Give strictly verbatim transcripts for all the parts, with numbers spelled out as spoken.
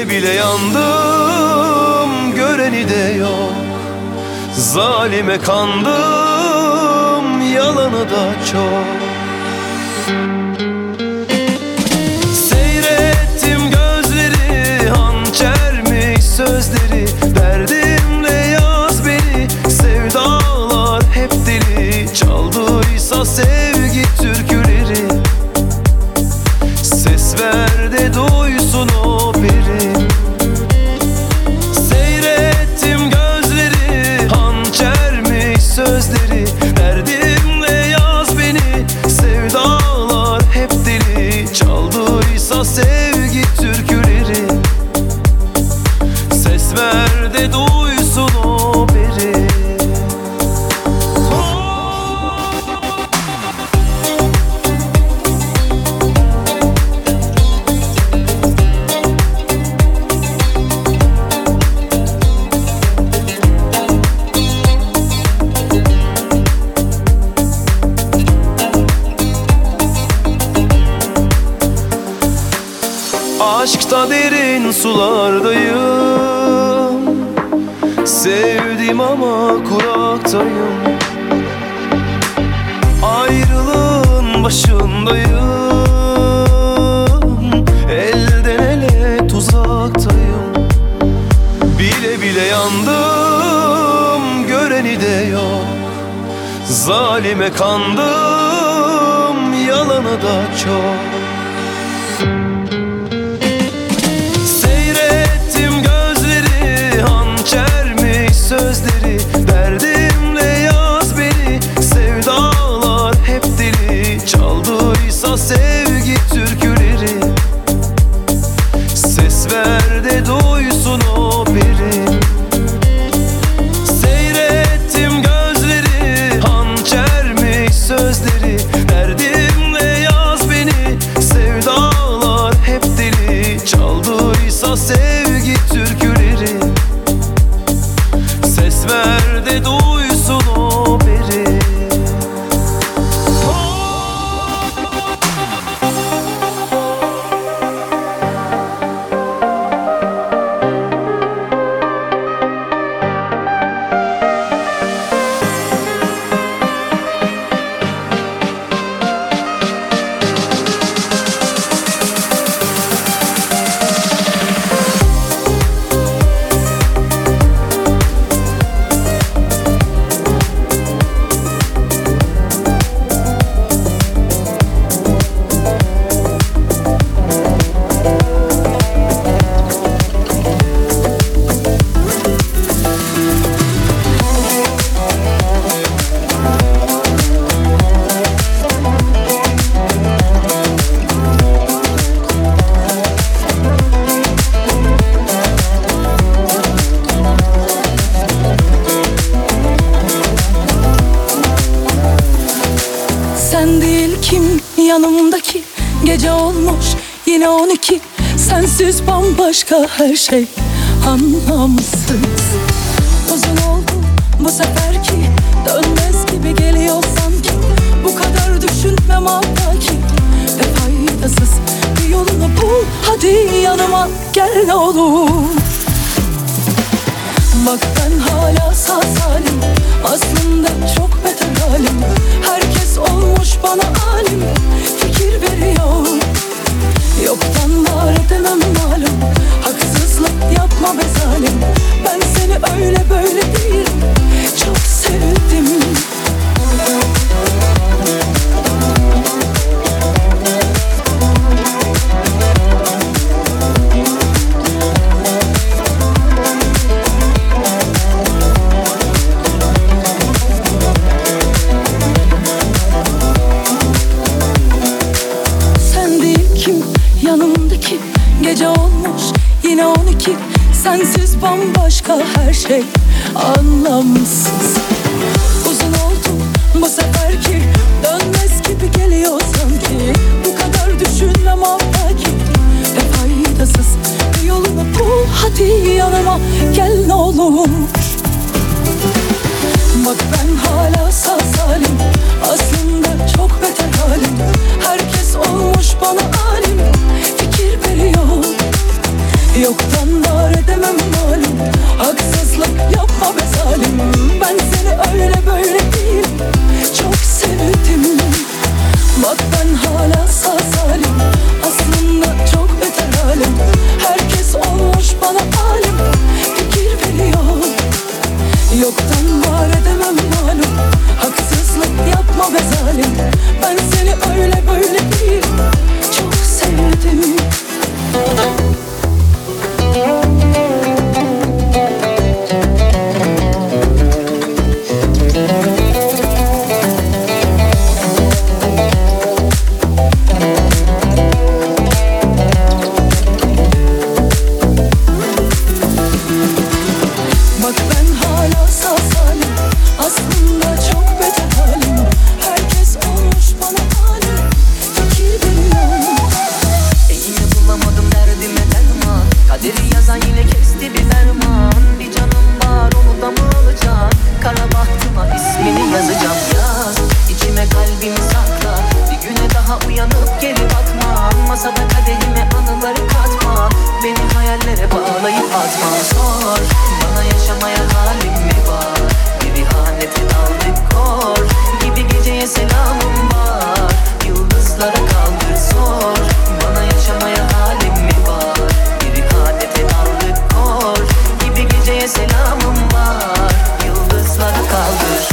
Bile bile yandım, göreni de yok. Zalime kandım, yalanı da çok. Seyrettim gözleri, hançermiş sözleri. Derdimle yaz beni, sevdalar hep deli. Çaldıysa sevgi türküleri, ses ver de duysun o biri. Seyrettim gözleri, hançermiş sözleri. Derdimle yaz beni, sevdalar hep deli. Çaldıysa sevgi türküleri, ses ver de duysun o biri. Aşkta derin sulardayım, sevdim ama kuraktayım. Ayrılığın başındayım, elden ele tuzaktayım. Bile bile yandım, göreni de yok. Zalime kandım, yalanı da çok. Sözleri, derdimle yaz beni, sevdalar hep deli. Çaldıysa sevgi türküleri, ses ver de duysun o biri. Seyrettim gözleri, hançermiş sözleri. Derdimle yaz beni, sevdalar hep deli. Çaldıysa sevgi türküleri, ses ver de duysun o biri. Sen değil kim yanımdaki, gece olmuş yine on iki. Sensiz bambaşka her şey anlamsız. Uzun oldu bu seferki, dönmez gibi geliyor sanki. Bu kadar düşünmem hatta ki, ve faydasız bir yolunu bul. Hadi yanıma gel ne olur. Bak ben hala sağ salim, aslında çok beter halim. Herkes olmuş bana alim, fikir veriyor. Yoktan var edemem malum, haksızlık yapma be zalim. Ben seni öyle böyle değil, çok sevdim. Gece olmuş yine on iki. Sensiz bambaşka her şey anlamsız. Uzun oldu bu seferki, dönmez gibi geliyor sanki. Bu kadar düşünmem hatta ki, ve faydasız bir yolunu bul. Hadi yanıma gel ne olur. Bak ben hala sağ salim, aslında çok beter halim. Herkes olmuş bana alim, fikir veriyor. Yoktan var edemem malum, haksızlık yapma be zalim. Ben seni öyle böyle değil, çok sevdim. Bak ben hala sağ salim, aslında çok beter halim. Herkes olmuş bana alim, fikir veriyor. Yoktan var edemem malum, haksızlık yapma be zalim. Ben seni öyle böyle değil, çok sevdim. Bak ben hala sağ salim, aslında çok beter halim. Herkes olmuş bana alim, fikir veriyor. E yine bulamadım derdime derman, kaderi yazan yine kesti bir ferman. Bir canım var, onu da mı alacaksın? Kara bahtıma ismini yazacağım. Yaz içime kalbimi sakla, bir güne daha uyanıp geri bakma. Masada kadehime anıları katma, beni hayallere bağlayıp atma. Sor bana, yaşamaya halim mi var? Bir ihanete daldık kor gibi, geceye selamım var. Yıldızlara kaldır sor bana, yaşamaya halim mi var? Bir ihanete daldık kor gibi, geceye selamım var. Yıldızlara kaldır.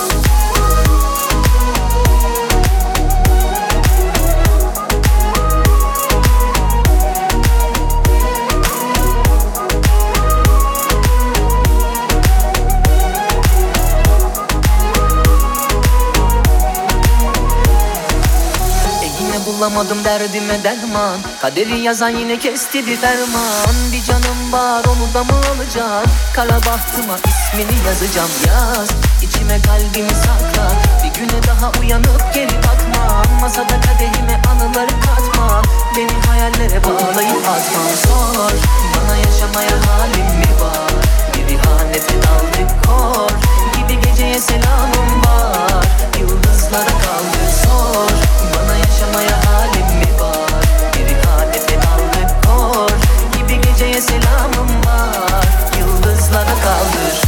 Bulamadım derdime derman, kaderi yazan yine kesti bir ferman. Bir canım var, onu da mı alacaksın? Kara bahtıma ismini yazacağım. Yaz içime kalbimi sakla, bir güne daha uyanıp geri bakma. Masada kadehime anıları katma, beni hayallere bağlayıp atma. Sor bana, yaşamaya halim mi var? Bir ihanete daldık kor gibi, geceye selamım var. Yıldızlara kaldır sor bana, yaşamaya halim mi var? Bir ihanete daldık kor gibi, geceye selamım var. Yıldızlara kaldır.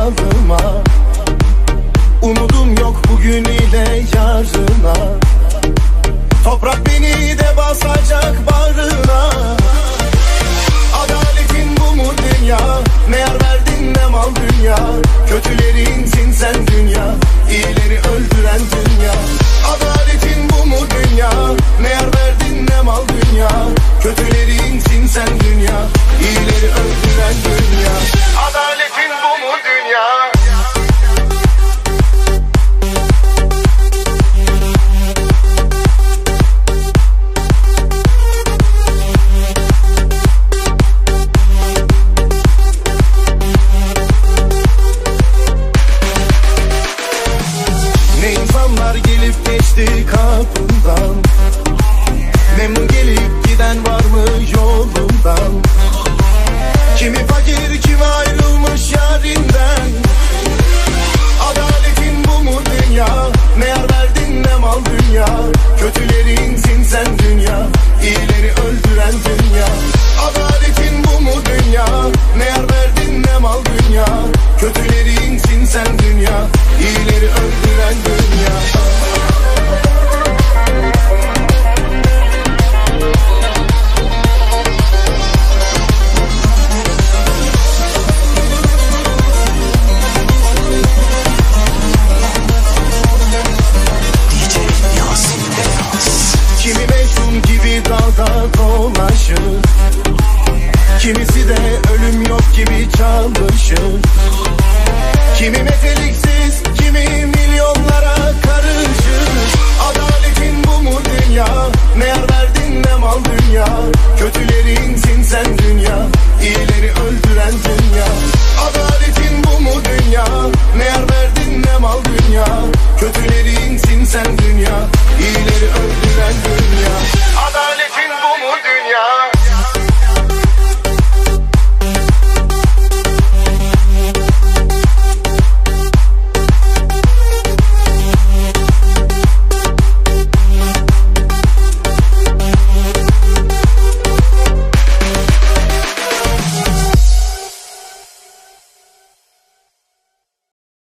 masalıma. Umudum yok bugün ile yarına. Toprak beni de basacak bağrına.